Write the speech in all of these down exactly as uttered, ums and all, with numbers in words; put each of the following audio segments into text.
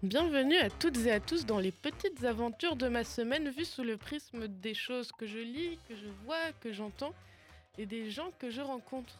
Bienvenue à toutes et à tous dans les petites aventures de ma semaine vues sous le prisme des choses que je lis, que je vois, que j'entends et des gens que je rencontre.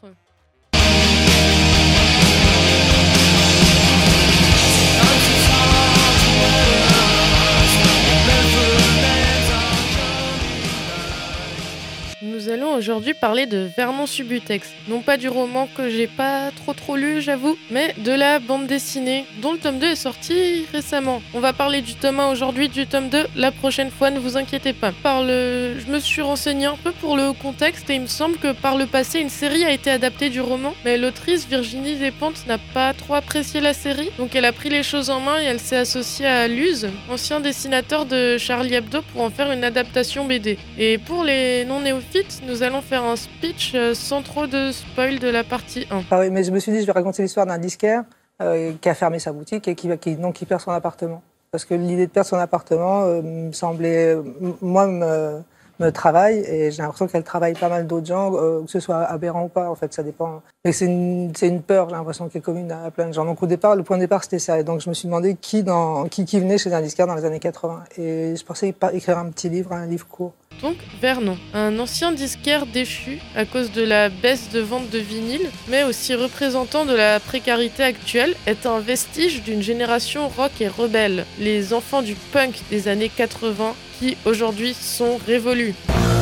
Nous allons aujourd'hui parler de Vernon Subutex, non pas du roman que j'ai pas trop trop lu j'avoue, mais de la bande dessinée dont le tome deux est sorti récemment. On va parler du tome un aujourd'hui, du tome deux la prochaine fois, ne vous inquiétez pas. Par le... Je me suis renseignée un peu pour le contexte et il me semble que par le passé une série a été adaptée du roman, mais l'autrice Virginie Despentes n'a pas trop apprécié la série, donc elle a pris les choses en main et elle s'est associée à Luz, ancien dessinateur de Charlie Hebdo, pour en faire une adaptation B D. Et pour les non-néophytes, nous allons faire un speech euh, sans trop de spoil de la partie un. Ah oui, mais je me suis dit, je vais raconter l'histoire d'un disquaire euh, qui a fermé sa boutique et qui, qui, donc, qui perd son appartement. Parce que l'idée de perdre son appartement euh, me semblait, euh, moi, me, me travaille et j'ai l'impression qu'elle travaille pas mal d'autres gens, euh, que ce soit aberrant ou pas, en fait, ça dépend. Mais c'est une, c'est une peur, j'ai l'impression, qui est commune à plein de gens. Donc au départ, le point de départ, c'était ça. Et donc je me suis demandé qui, dans, qui, qui venait chez un disquaire dans les années quatre-vingts. Et je pensais écrire un petit livre, un livre court. Donc Vernon, un ancien disquaire déchu à cause de la baisse de vente de vinyle, mais aussi représentant de la précarité actuelle, est un vestige d'une génération rock et rebelle, les enfants du punk des années quatre-vingts qui aujourd'hui sont révolus.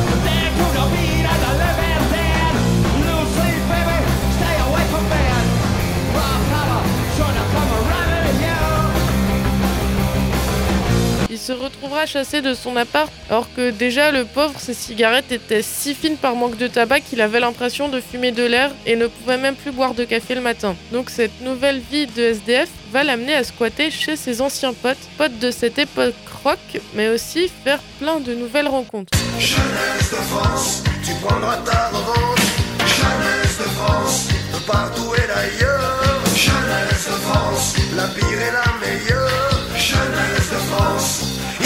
Il se retrouvera chassé de son appart, alors que déjà le pauvre, ses cigarettes étaient si fines par manque de tabac qu'il avait l'impression de fumer de l'air et ne pouvait même plus boire de café le matin. Donc cette nouvelle vie de S D F va l'amener à squatter chez ses anciens potes, potes de cette époque rock, mais aussi faire plein de nouvelles rencontres. Jeunesse de France, tu prendras ta revanche. Jeunesse de France, de partout et d'ailleurs. Jeunesse de France, la pire et la meilleure. Jeunesse de France,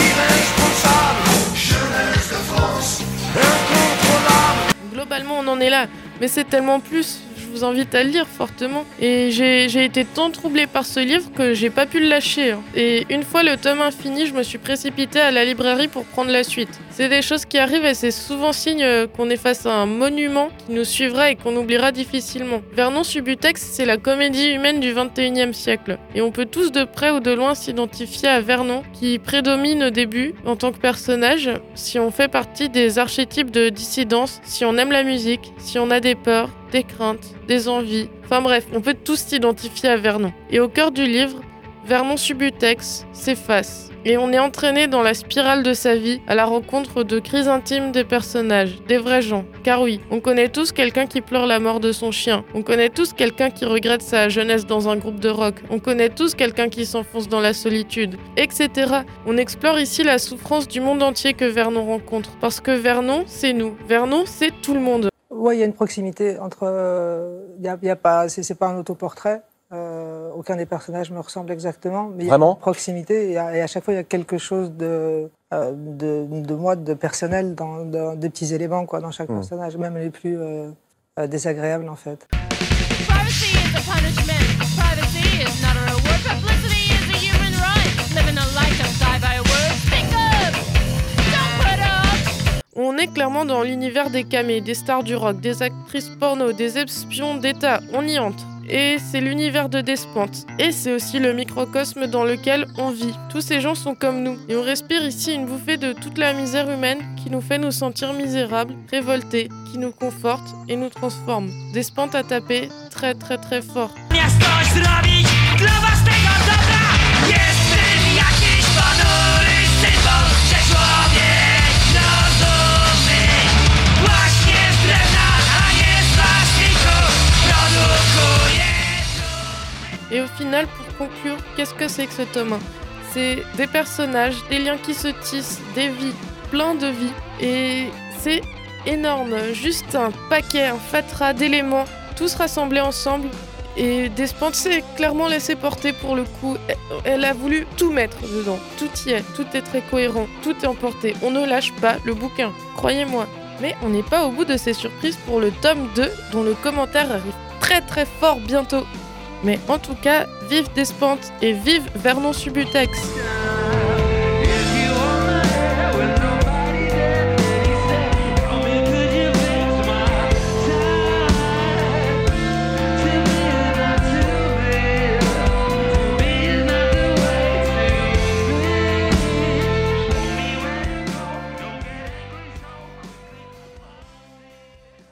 irresponsable. Jeunesse de France, incontrôlable. Globalement, on en est là, mais c'est tellement plus. Je vous invite à le lire fortement. Et j'ai, j'ai été tant troublée par ce livre que j'ai pas pu le lâcher. Hein. Et une fois le tome un fini, je me suis précipitée à la librairie pour prendre la suite. C'est des choses qui arrivent et c'est souvent signe qu'on est face à un monument qui nous suivra et qu'on oubliera difficilement. Vernon Subutex, c'est la comédie humaine du vingt et unième siècle. Et on peut tous de près ou de loin s'identifier à Vernon, qui prédomine au début en tant que personnage, si on fait partie des archétypes de dissidence, si on aime la musique, si on a des peurs, des craintes, des envies. Enfin bref, on peut tous s'identifier à Vernon. Et au cœur du livre, Vernon Subutex s'efface. Et on est entraîné dans la spirale de sa vie à la rencontre de crises intimes des personnages, des vrais gens. Car oui, on connaît tous quelqu'un qui pleure la mort de son chien. On connaît tous quelqu'un qui regrette sa jeunesse dans un groupe de rock. On connaît tous quelqu'un qui s'enfonce dans la solitude, et cetera. On explore ici la souffrance du monde entier que Vernon rencontre. Parce que Vernon, c'est nous. Vernon, c'est tout le monde. Oui, il y a une proximité entre. Il euh, y a, y a pas, c'est, c'est pas un autoportrait. Euh, aucun des personnages me ressemble exactement, mais il y a une proximité et à, et à chaque fois il y a quelque chose de euh, de, de moi, de personnel dans, dans des petits éléments quoi, dans chaque mmh. personnage, même les plus euh, euh, désagréables en fait. Privacy is a punishment. Privacy is not a reward. Publicity is a human right. Living a life of die by words. Think up. Don't put up. On est clairement dans l'univers des camés, des stars du rock, des actrices porno, des espions d'État. On y entre. Et c'est l'univers de Despentes. Et c'est aussi le microcosme dans lequel on vit. Tous ces gens sont comme nous. Et on respire ici une bouffée de toute la misère humaine qui nous fait nous sentir misérables, révoltés, qui nous conforte et nous transforme. Despentes a tapé très très très fort. Et au final, pour conclure, qu'est-ce que c'est que ce tome un ? C'est des personnages, des liens qui se tissent, des vies, plein de vies. Et c'est énorme, juste un paquet, un fatras d'éléments, tous rassemblés ensemble. Et Despentes s'est clairement laissé porter pour le coup. Elle a voulu tout mettre dedans. Tout y est, tout est très cohérent, tout est emporté. On ne lâche pas le bouquin, croyez-moi. Mais on n'est pas au bout de ces surprises pour le tome deux, dont le commentaire arrive très très fort bientôt. Mais en tout cas, vive Despentes et vive Vernon Subutex.